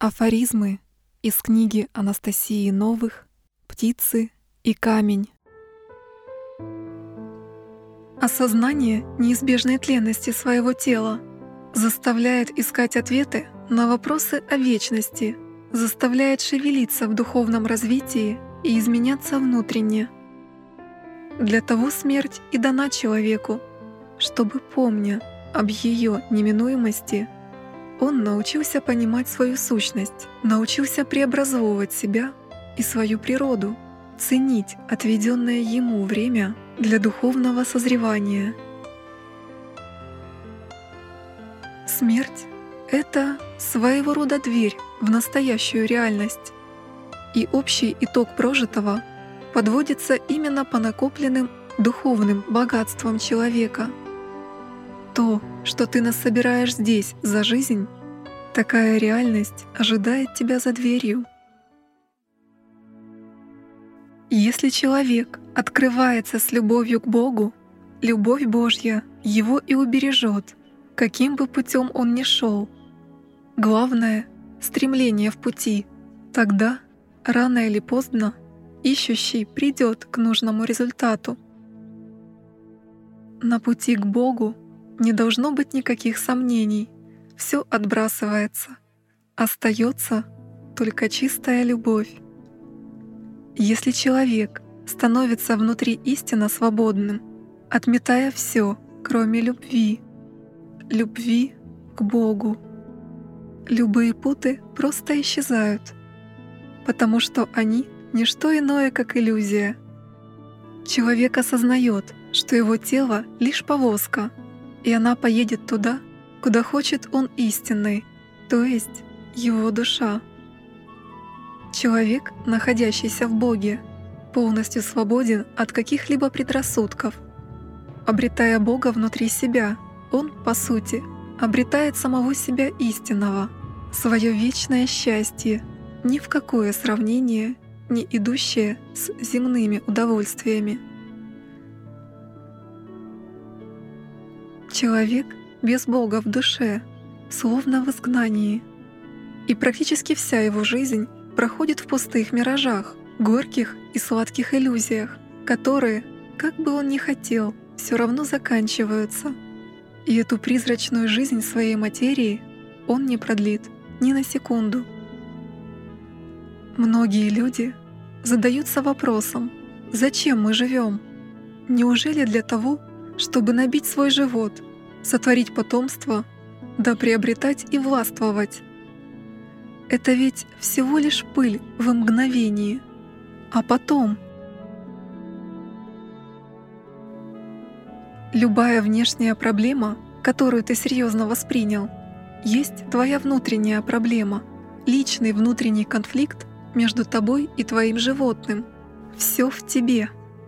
Афоризмы из книги Анастасии Новых «Птицы и камень». Осознание неизбежной тленности своего тела заставляет искать ответы на вопросы о вечности, заставляет шевелиться в духовном развитии и изменяться внутренне. Для того смерть и дана человеку, чтобы, помня об ее неминуемости, он научился понимать свою сущность, научился преобразовывать себя и свою природу, ценить отведенное ему время для духовного созревания. Смерть — это своего рода дверь в настоящую реальность, и общий итог прожитого подводится именно по накопленным духовным богатствам человека. То, что ты насобираешь здесь за жизнь, такая реальность ожидает тебя за дверью. Если человек открывается с любовью к Богу, любовь Божья его и убережет, каким бы путем он ни шел. Главное — стремление в пути. Тогда, рано или поздно, ищущий придет к нужному результату. На пути к Богу не должно быть никаких сомнений, все отбрасывается, остается только чистая любовь. Если человек становится внутри истинно свободным, отметая все, кроме любви к Богу, любые путы просто исчезают, потому что они — не что иное, как иллюзия. Человек осознает, что его тело — лишь повозка, и она поедет туда, куда хочет он истинный, то есть его душа. Человек, находящийся в Боге, полностью свободен от каких-либо предрассудков. Обретая Бога внутри себя, он, по сути, обретает самого себя истинного, свое вечное счастье, ни в какое сравнение не идущее с земными удовольствиями. Человек без Бога в душе, словно в изгнании, и практически вся его жизнь проходит в пустых миражах, горьких и сладких иллюзиях, которые, как бы он ни хотел, все равно заканчиваются. И эту призрачную жизнь своей материи он не продлит ни на секунду. Многие люди задаются вопросом: зачем мы живем? Неужели для того, чтобы набить свой живот, сотворить потомство, да приобретать и властвовать? Это ведь всего лишь пыль в мгновении. А потом? Любая внешняя проблема, которую ты серьезно воспринял, есть твоя внутренняя проблема, личный внутренний конфликт между тобой и твоим животным. Все в тебе.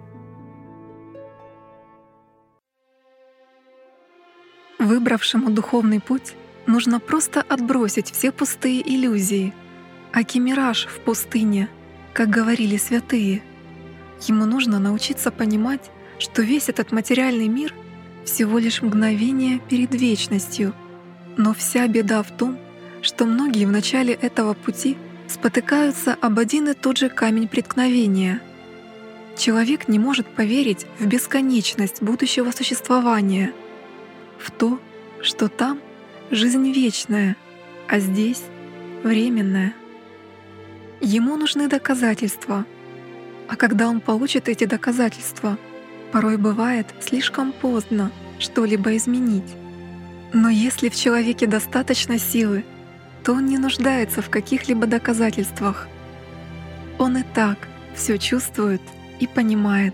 Выбравшему духовный путь нужно просто отбросить все пустые иллюзии, аки мираж в пустыне, как говорили святые. Ему нужно научиться понимать, что весь этот материальный мир всего лишь мгновение перед вечностью. Но вся беда в том, что многие в начале этого пути спотыкаются об один и тот же камень преткновения. Человек не может поверить в бесконечность будущего существования, в то, что там жизнь вечная, а здесь временная. Ему нужны доказательства, а когда он получит эти доказательства, порой бывает слишком поздно что-либо изменить. Но если в человеке достаточно силы, то он не нуждается в каких-либо доказательствах. Он и так все чувствует и понимает.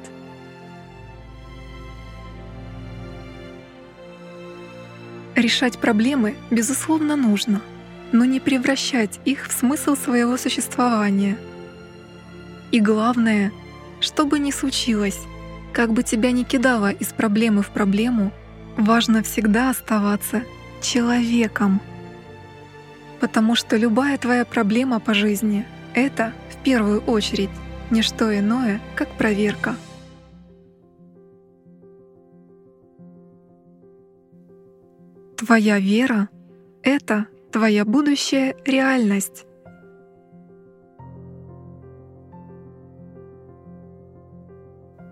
Решать проблемы, безусловно, нужно, но не превращать их в смысл своего существования. И главное, что бы ни случилось, как бы тебя ни кидало из проблемы в проблему, важно всегда оставаться человеком. Потому что любая твоя проблема по жизни — это, в первую очередь, не что иное, как проверка. Твоя вера — это твоя будущая реальность.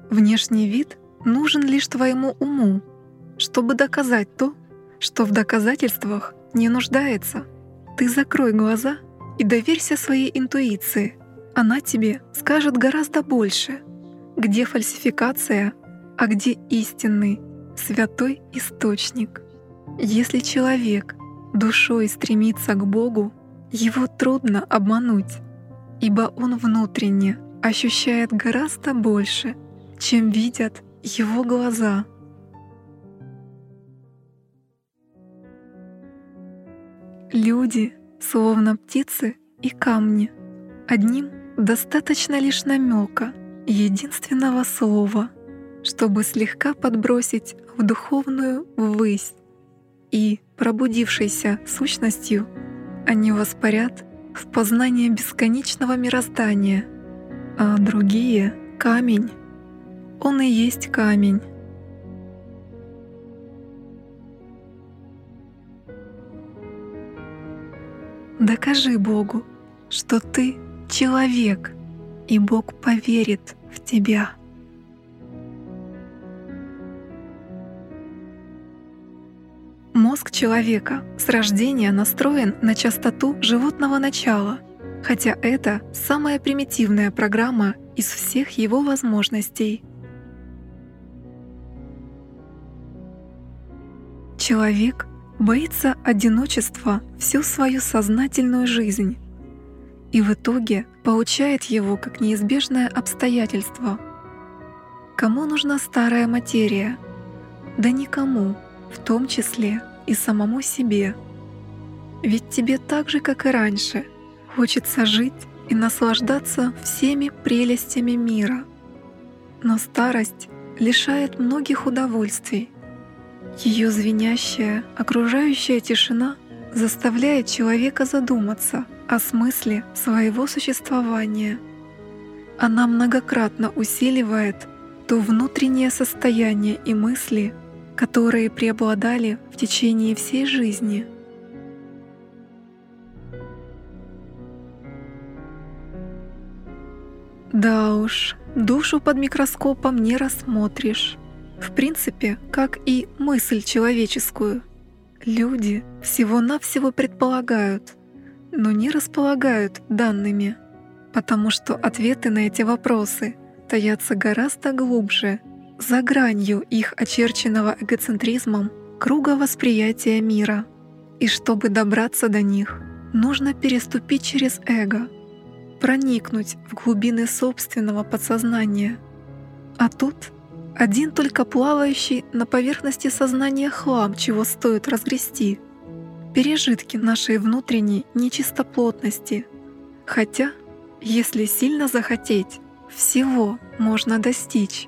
Внешний вид нужен лишь твоему уму, чтобы доказать то, что в доказательствах не нуждается. Ты закрой глаза и доверься своей интуиции. Она тебе скажет гораздо больше, где фальсификация, а где истинный, святой источник. Если человек душой стремится к Богу, его трудно обмануть, ибо он внутренне ощущает гораздо больше, чем видят его глаза. Люди словно птицы и камни. Одним достаточно лишь намека, единственного слова, чтобы слегка подбросить в духовную ввысь, и, пробудившейся сущностью, они воспарят в познание бесконечного мироздания, а другие — камень. Он и есть камень. Докажи Богу, что ты человек, и Бог поверит в тебя. Мозг человека с рождения настроен на частоту животного начала, хотя это самая примитивная программа из всех его возможностей. Человек боится одиночества всю свою сознательную жизнь и в итоге получает его как неизбежное обстоятельство. Кому нужна старая материя? Да никому, в том числе и самому себе. Ведь тебе так же, как и раньше, хочется жить и наслаждаться всеми прелестями мира. Но старость лишает многих удовольствий. Ее звенящая, окружающая тишина заставляет человека задуматься о смысле своего существования. Она многократно усиливает то внутреннее состояние и мысли, которые преобладали в течение всей жизни. Да уж, душу под микроскопом не рассмотришь. В принципе, как и мысль человеческую. Люди всего-навсего предполагают, но не располагают данными, потому что ответы на эти вопросы таятся гораздо глубже, за гранью их очерченного эгоцентризмом круга восприятия мира. И чтобы добраться до них, нужно переступить через эго, проникнуть в глубины собственного подсознания. А тут один только плавающий на поверхности сознания хлам, чего стоит разгрести. Пережитки нашей внутренней нечистоплотности. Хотя, если сильно захотеть, всего можно достичь.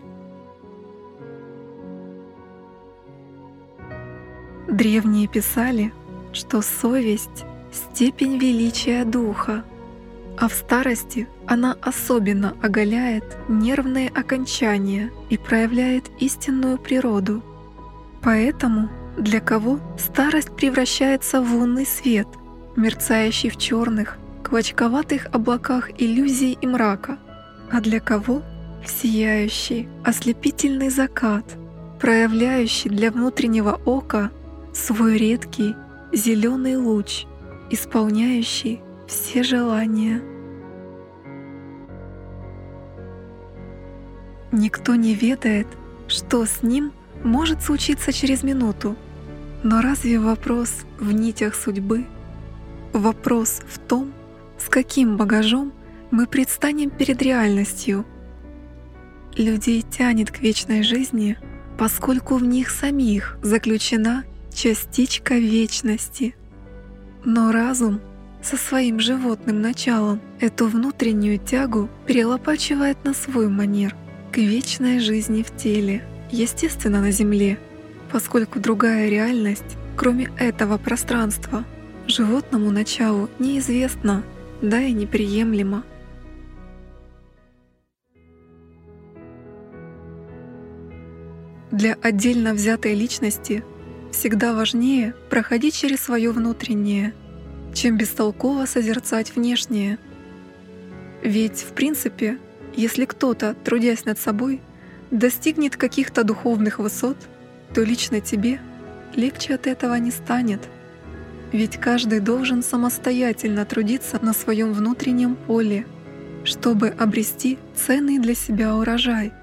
Древние писали, что совесть — степень величия духа, а в старости она особенно оголяет нервные окончания и проявляет истинную природу. Поэтому для кого старость превращается в лунный свет, мерцающий в черных, клочковатых облаках иллюзий и мрака, а для кого в сияющий, ослепительный закат, проявляющий для внутреннего ока свой редкий зеленый луч, исполняющий все желания. Никто не ведает, что с ним может случиться через минуту. Но разве вопрос в нитях судьбы? Вопрос в том, с каким багажом мы предстанем перед реальностью. Людей тянет к вечной жизни, поскольку в них самих заключена частичка вечности. Но разум со своим животным началом эту внутреннюю тягу перелопачивает на свой манер к вечной жизни в теле, естественно, на Земле, поскольку другая реальность, кроме этого пространства, животному началу неизвестна, да и неприемлема. Для отдельно взятой личности всегда важнее проходить через свое внутреннее, чем бестолково созерцать внешнее. Ведь, в принципе, если кто-то, трудясь над собой, достигнет каких-то духовных высот, то лично тебе легче от этого не станет. Ведь каждый должен самостоятельно трудиться на своем внутреннем поле, чтобы обрести ценный для себя урожай.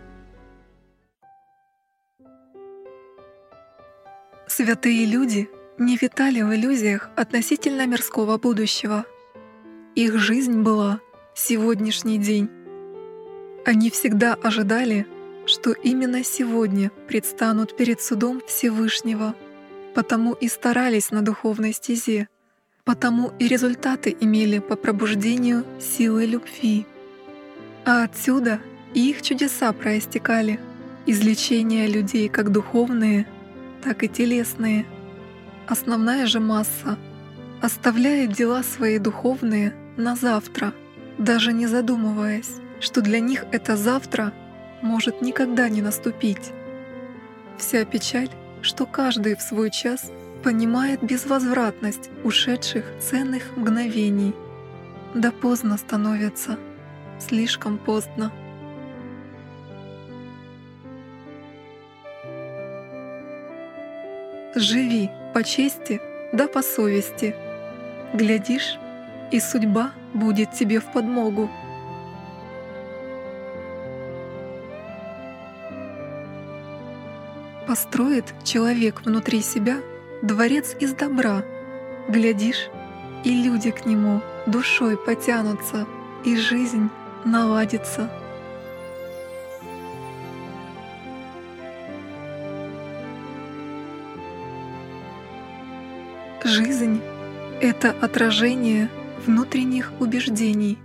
Святые люди не витали в иллюзиях относительно мирского будущего. Их жизнь была сегодняшний день. Они всегда ожидали, что именно сегодня предстанут перед судом Всевышнего, потому и старались на духовной стезе, потому и результаты имели по пробуждению силы любви. А отсюда и их чудеса проистекали, излечения людей как духовные, так и телесные. Основная же масса оставляет дела свои духовные на завтра, даже не задумываясь, что для них это завтра может никогда не наступить. Вся печаль, что каждый в свой час понимает безвозвратность ушедших ценных мгновений. Да поздно становится, слишком поздно. Живи по чести да по совести. Глядишь, и судьба будет тебе в подмогу. Построит человек внутри себя дворец из добра. Глядишь, и люди к нему душой потянутся, и жизнь наладится. Жизнь — это отражение внутренних убеждений.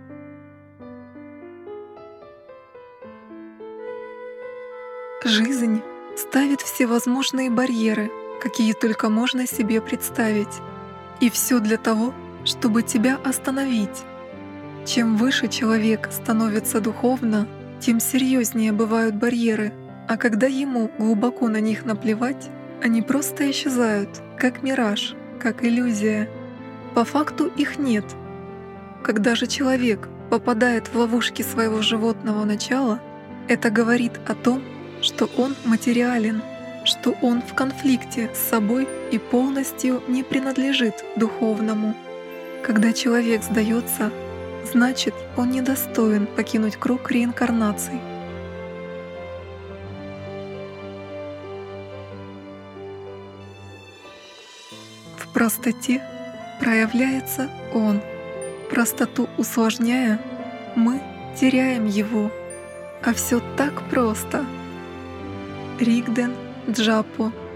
Жизнь ставит всевозможные барьеры, какие только можно себе представить. И все для того, чтобы тебя остановить. Чем выше человек становится духовно, тем серьезнее бывают барьеры, а когда ему глубоко на них наплевать, они просто исчезают, как мираж, как иллюзия. По факту их нет. Когда же человек попадает в ловушки своего животного начала, это говорит о том, что он материален, что он в конфликте с собой и полностью не принадлежит духовному. Когда человек сдается, значит, он недостоин покинуть круг реинкарнаций. В простоте проявляется Он. Простоту усложняя, мы теряем Его. А все так просто. Ригден Джапо.